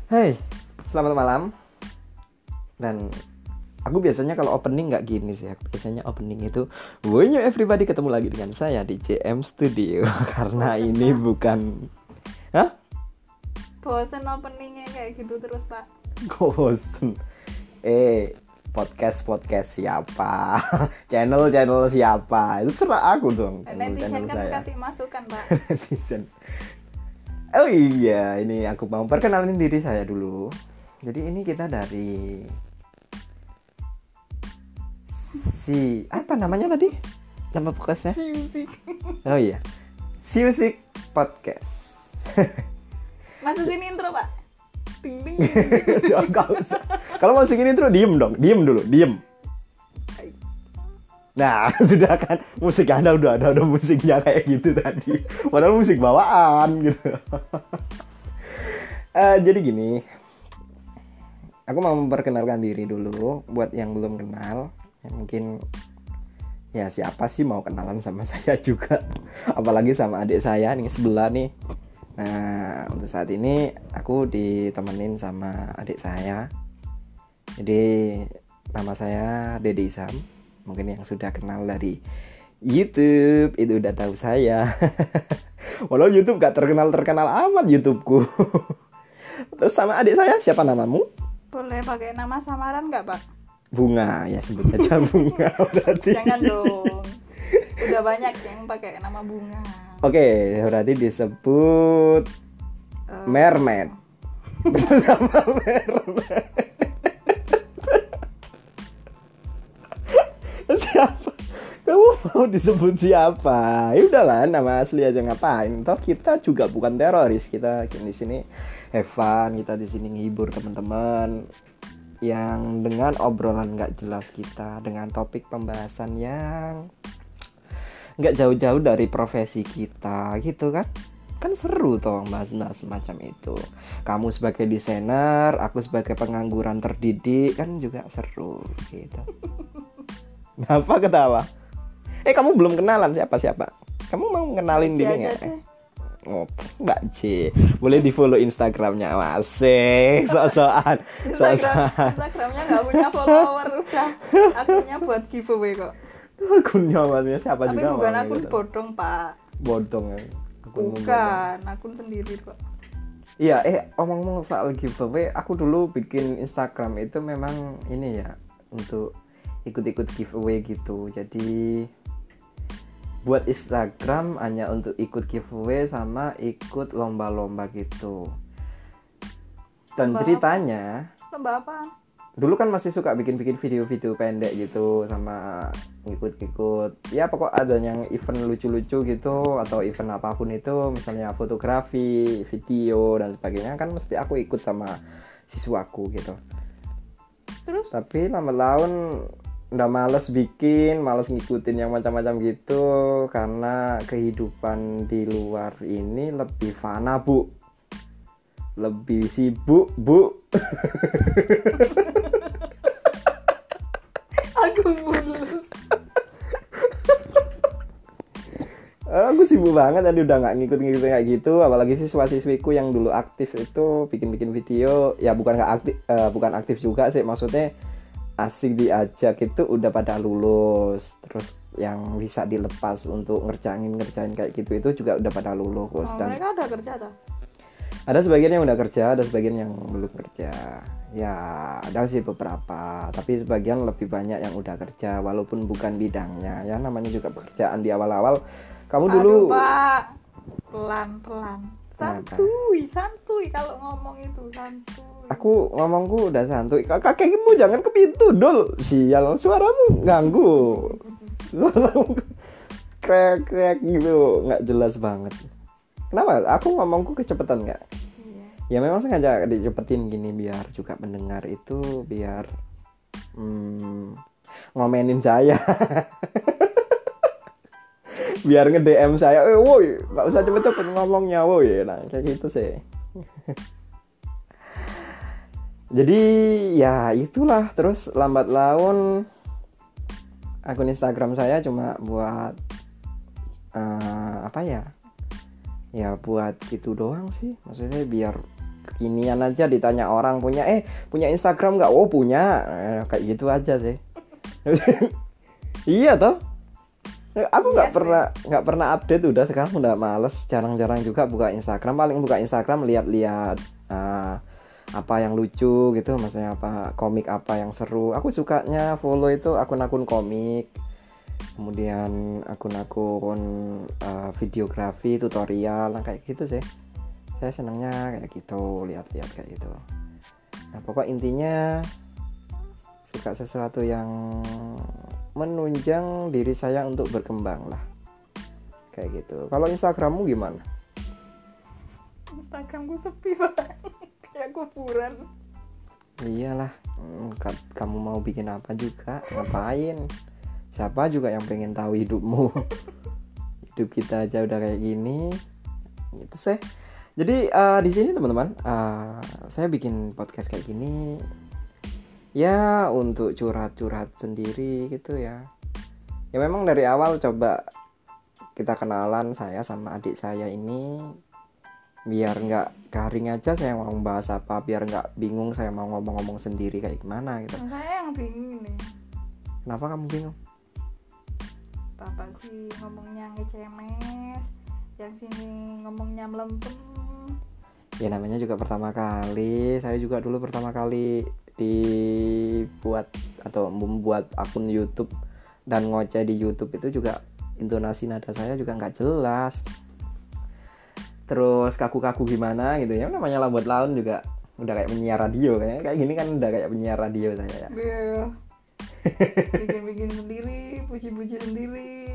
Hai, selamat malam. Dan aku biasanya kalau opening nggak gini sih. Biasanya opening itu "When you everybody", ketemu lagi dengan saya di JM Studio. Karena Bosen, ini Pak. bukan. Hah? Bosen openingnya kayak gitu terus, Pak. Bosen. Podcast siapa? Channel siapa? Itu serah aku dong. Netizen kan saya. kasih masukan, Pak. Netizen. Oh iya, ini aku mau perkenalin diri saya dulu. Jadi ini kita dari apa namanya tadi? Nama podcastnya? Musik. Oh iya, Si Music Podcast. Masukin intro, Pak. Ding ding. Gak usah. Kalau masukin intro diem dong, diem dulu, diem. Nah, sudah kan musik Anda udah ada musiknya kayak gitu tadi. Padahal musik bawaan gitu. Jadi gini, aku mau memperkenalkan diri dulu buat yang belum kenal. Ya, mungkin ya siapa sih mau kenalan sama saya juga, apalagi sama adik saya nih sebelah nih. Nah, untuk saat ini aku ditemenin sama adik saya. Jadi nama saya Dede Isam. Mungkin yang sudah kenal dari YouTube itu udah tahu saya. Walau YouTube gak terkenal amat YouTubeku. Terus sama adik saya, siapa namamu? Boleh pakai nama samaran nggak, Pak? Bunga, ya sebut saja Bunga berarti. Jangan dong. Udah banyak yang pakai nama Bunga. Oke, berarti disebut Mermaid. Sama Mermaid. Siapa? Kamu mau disebut siapa? Ya udahlah, nama asli aja ngapain? Toh kita juga bukan teroris. Kita di sini have fun, kita di sini ngehibur teman-teman yang dengan obrolan nggak jelas kita, dengan topik pembahasan yang nggak jauh-jauh dari profesi kita, gitu kan seru toh bahas-bahas semacam itu. Kamu sebagai desainer, aku sebagai pengangguran terdidik, kan juga seru gitu. Kenapa ketawa? Kamu belum kenalan siapa? Kamu mau kenalin diri nggak? Oh, Mbak C. Boleh di follow Instagramnya. Asik, sok-sokan. Instagramnya nggak punya follower, udah akunnya buat giveaway kok. Akunnya maksudnya siapa Tapi juga? bukan mau akun gitu. bodong, Pak. Bodong ya. Bukan, akun sendiri kok. Iya, omong-omong soal giveaway, aku dulu bikin Instagram itu memang ini ya, untuk ikut-ikut giveaway gitu. Jadi buat Instagram hanya untuk ikut giveaway sama ikut lomba-lomba gitu. Dan Lomba ceritanya Lomba apa? dulu kan masih suka bikin-bikin video-video pendek gitu, sama ngikut-ngikut. Ya pokok ada yang event lucu-lucu gitu, atau event apapun itu, misalnya fotografi, video dan sebagainya, kan mesti aku ikut sama siswaku gitu. Terus? Tapi lama laun udah males bikin, males ngikutin yang macam-macam gitu, karena kehidupan di luar ini lebih fana, Bu. Lebih sibuk, Bu. Aku mulus. Aku sibuk banget, tadi udah nggak ngikut-ngikut kayak gitu. Apalagi siswa-siswiku yang dulu aktif itu bikin-bikin video, ya bukan nggak aktif, bukan aktif juga sih, maksudnya asik diajak itu udah pada lulus. Terus yang bisa dilepas untuk ngerjain kayak gitu itu juga udah pada lulus. Dan Mereka udah kerja toh? ada sebagian yang udah kerja, ada sebagian yang belum kerja. Ya ada sih beberapa, tapi sebagian lebih banyak yang udah kerja walaupun bukan bidangnya. Ya namanya juga pekerjaan di awal-awal. Kamu dulu. Aduh, Pak. Pelan-pelan. Santuy kalau ngomong itu santuy. Aku ngomongku udah santuy. Kakimu jangan ke pintu, Dul. Sial, suaramu ganggu. Krek gitu, nggak jelas banget. Kenapa? Aku ngomongku kecepatan nggak? Iya. Ya memang sengaja dicepetin gini biar juga mendengar itu biar ngomenin saya. Biar nge-DM saya, woi, nggak usah cepet-cepet ngomongnya, woi. Nah, kayak gitu sih. Jadi ya itulah. Terus lambat laun akun Instagram saya cuma buat apa ya? Ya buat gitu doang sih. Maksudnya biar kekinian aja ditanya orang punya Instagram nggak? Oh punya. Kayak gitu aja sih. Iya toh. Aku nggak pernah update, udah sekarang udah males, jarang-jarang juga buka Instagram. Paling buka Instagram lihat-lihat apa yang lucu gitu, maksudnya apa komik apa yang seru. Aku sukanya follow itu akun-akun komik, kemudian akun-akun videografi, tutorial, kayak gitu sih. Saya senangnya kayak gitu, lihat-lihat kayak gitu. Nah pokok intinya suka sesuatu yang menunjang diri saya untuk berkembang lah, kayak gitu. Kalau Instagrammu gimana? Instagramku sepi banget, kayak kuburan. Iyalah, kamu mau bikin apa juga, ngapain? Siapa juga yang pengen tahu hidupmu? Hidup kita aja udah kayak gini, gitu sih. Jadi di sini teman-teman, saya bikin podcast kayak gini ya untuk curhat-curhat sendiri gitu ya. Ya memang dari awal coba kita kenalan saya sama adik saya ini, biar nggak garing aja saya mau bahas apa, biar nggak bingung saya mau ngomong-ngomong sendiri kayak gimana gitu. Saya yang bingung nih. Kenapa kamu bingung? Bapak sih ngomongnya ngecemes, yang sini ngomongnya melempem. Ya namanya juga pertama kali. Saya juga dulu pertama kali dibuat atau membuat akun YouTube dan ngoceh di YouTube itu juga intonasi nada saya juga nggak jelas, terus kaku-kaku gimana gitu ya. Namanya lambat laun juga udah kayak penyiar radio, kayak gini kan udah kayak penyiar radio saya ya. Bikin sendiri, puji-puji sendiri.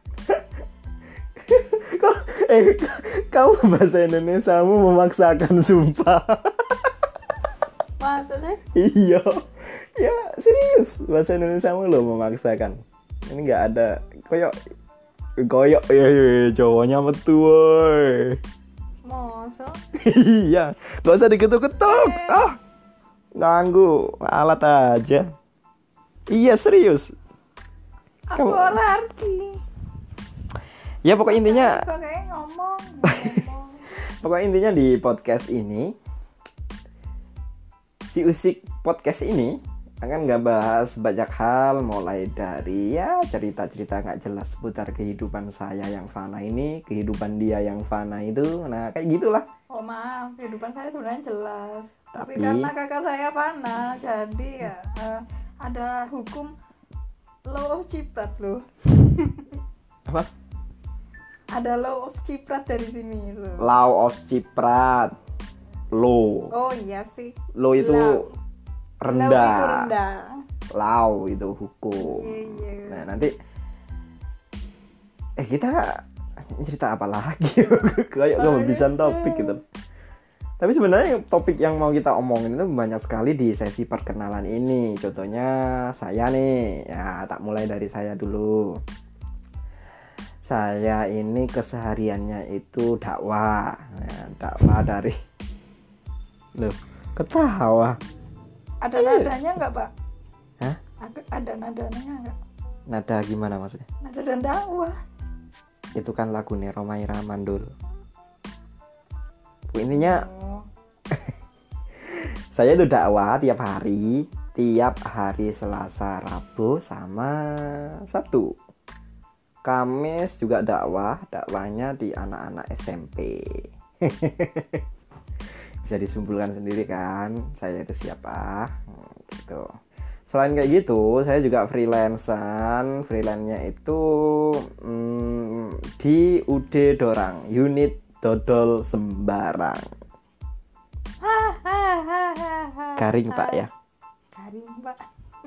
Kamu bahasa Indonesiamu memaksakan, sumpah. Maksudnya? Iya, ya serius, bahasa Indonesiamu lo memaksakan. Ini nggak ada koyok ya cowoknya metu woy. Masa? Iya, nggak usah diketuk-ketuk. Ganggu alat aja. Iya serius. Aku ora arti. Ya pokok intinya kayak ngomong. Pokok intinya di podcast ini, si Usik podcast ini akan nggak bahas banyak hal, mulai dari ya cerita-cerita nggak jelas seputar kehidupan saya yang fana ini, kehidupan dia yang fana itu, nah kayak gitulah. Oh maaf, kehidupan saya sebenarnya jelas, tapi karena kakak saya fana, jadi ya ada hukum law of Ciprat loh. Apa? Ada law of Ciprat dari sini loh. Law of Ciprat. Law. Oh iya sih. Law itu rendah. Law itu rendah. Law itu hukum. Iya. Nah nanti kita cerita apa lagi? Kayak kehabisan topik gitu. Tapi sebenarnya topik yang mau kita omongin itu banyak sekali di sesi perkenalan ini. Contohnya saya nih, ya tak mulai dari saya dulu. Saya ini kesehariannya itu dakwah, ya, dakwah dari loh ketawa. Ada nadanya nggak Pak? Hah? Ada nadanya nggak? Nada gimana maksudnya? Nada dan dakwah. Itu kan lagu nih Romaira Mandul. Intinya saya itu dakwah tiap hari Selasa, Rabu, sama Sabtu. Kamis juga dakwahnya di anak-anak SMP. Bisa disimpulkan sendiri kan saya itu siapa gitu. Selain kayak gitu, saya juga freelance-nya itu di UD Dorang, unit dodol sembarang. Garing Pak ya. Garing Pak.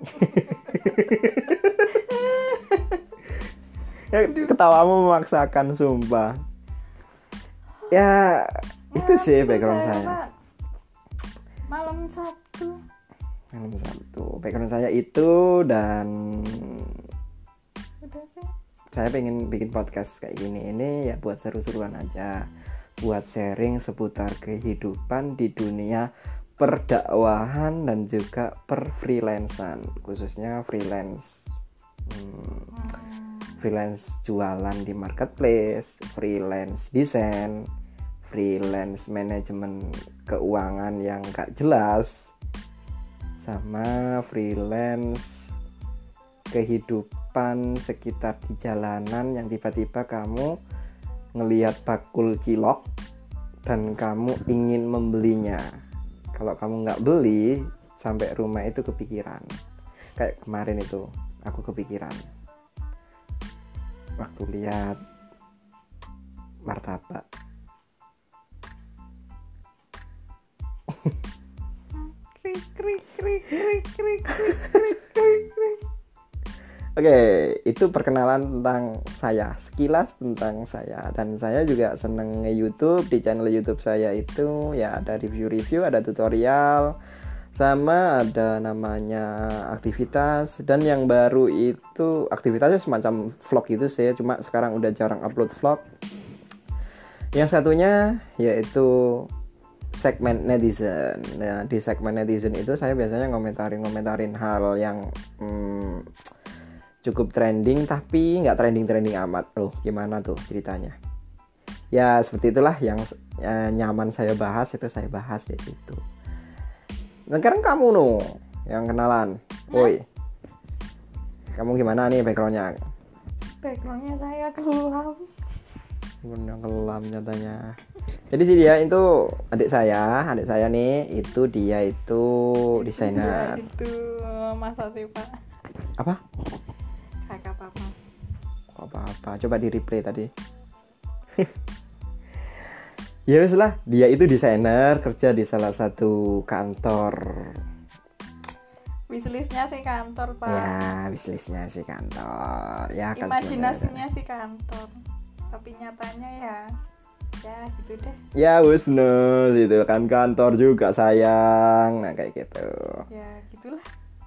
Ya, ketawamu memaksakan, sumpah. Ya itu sih background saya. Pak. Malam Sabtu. Background saya itu, dan Udah sih. saya pengen bikin podcast kayak gini. Ini ya buat seru-seruan aja, buat sharing seputar kehidupan di dunia perdakwahan dan juga perfreelancean, khususnya freelance jualan di marketplace, freelance desain, freelance manajemen keuangan yang gak jelas, sama freelance kehidupan sekitar di jalanan yang tiba-tiba kamu ngelihat bakul cilok dan kamu ingin membelinya. Kalau kamu nggak beli, sampai rumah itu kepikiran. Kayak kemarin itu aku kepikiran waktu lihat martabak. Krik krik krik krik krik krik krik krik krik. Oke, itu perkenalan tentang saya, sekilas tentang saya. Dan saya juga seneng nge-YouTube. Di channel YouTube saya itu ya ada review-review, ada tutorial, sama ada namanya aktivitas. Dan yang baru itu aktivitasnya semacam vlog gitu sih, cuma sekarang udah jarang upload vlog. Yang satunya yaitu segmen netizen. Nah, di segmen netizen itu saya biasanya ngomentarin hal yang cukup trending, tapi nggak trending amat. Loh, gimana tuh ceritanya? Ya seperti itulah yang nyaman saya bahas, itu saya bahas di situ. Nah, sekarang kamu yang kenalan. Woi, kamu gimana nih backgroundnya? Backgroundnya saya kelam. Yang kelam nyatanya. Jadi sih dia itu adik saya nih, itu dia itu desainer. Itu masa sih Pak? Apa? Kakak papa. Apa? Coba di replay tadi. Ya wes lah, dia itu desainer, kerja di salah satu kantor. Wishlistnya sih kantor Pak. Ya, wishlistnya sih kantor. Ya kan. Imajinasinya sih kantor. Tapi nyatanya ya gitu deh. Ya wes itu kan kantor juga sayang. Nah kayak gitu. Ya gitulah.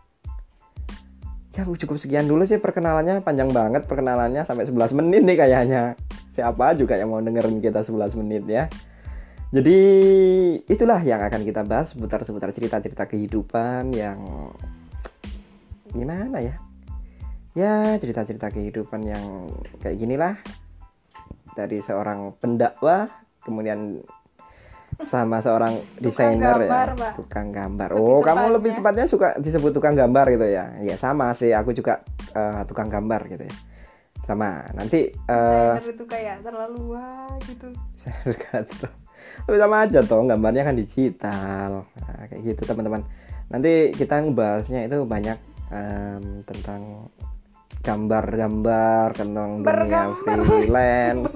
Ya cukup sekian dulu sih perkenalannya, panjang banget perkenalannya sampai 11 menit nih kayaknya. Siapa juga yang mau dengerin kita 11 menit ya. Jadi itulah yang akan kita bahas seputar cerita-cerita kehidupan yang gimana ya. Ya cerita-cerita kehidupan yang kayak ginilah. Dari seorang pendakwah, kemudian sama seorang desainer ya, tukang gambar. Oh, kamu lebih tepatnya suka disebut tukang gambar gitu ya? Ya sama sih, aku juga tukang gambar gitu ya. Sama. Nanti desainer itu kayak terlalu gitu. Tapi sama aja toh, gambarnya kan digital. Nah, kayak gitu teman-teman. Nanti kita ngebahasnya itu banyak tentang gambar tentang dunia freelance.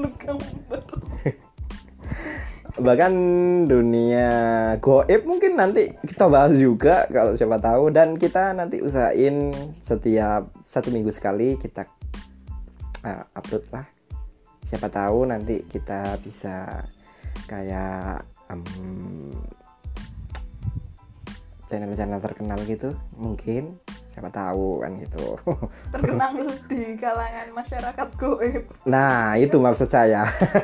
Bahkan dunia goib mungkin nanti kita bahas juga kalau siapa tahu, dan kita nanti usahain setiap 1 minggu sekali kita upload lah. Siapa tahu nanti kita bisa kayak channel-channel terkenal gitu mungkin, siapa tahu kan gitu. Terkenal di kalangan masyarakat goib. Nah itu maksud saya.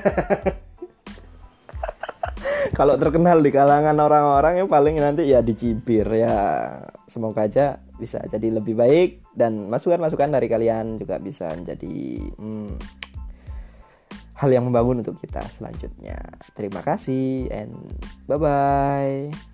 Kalau terkenal di kalangan orang-orang yang paling nanti ya dicibir ya. Semoga aja bisa jadi lebih baik, dan masukan-masukan dari kalian juga bisa menjadi hal yang membangun untuk kita selanjutnya. Terima kasih and bye-bye.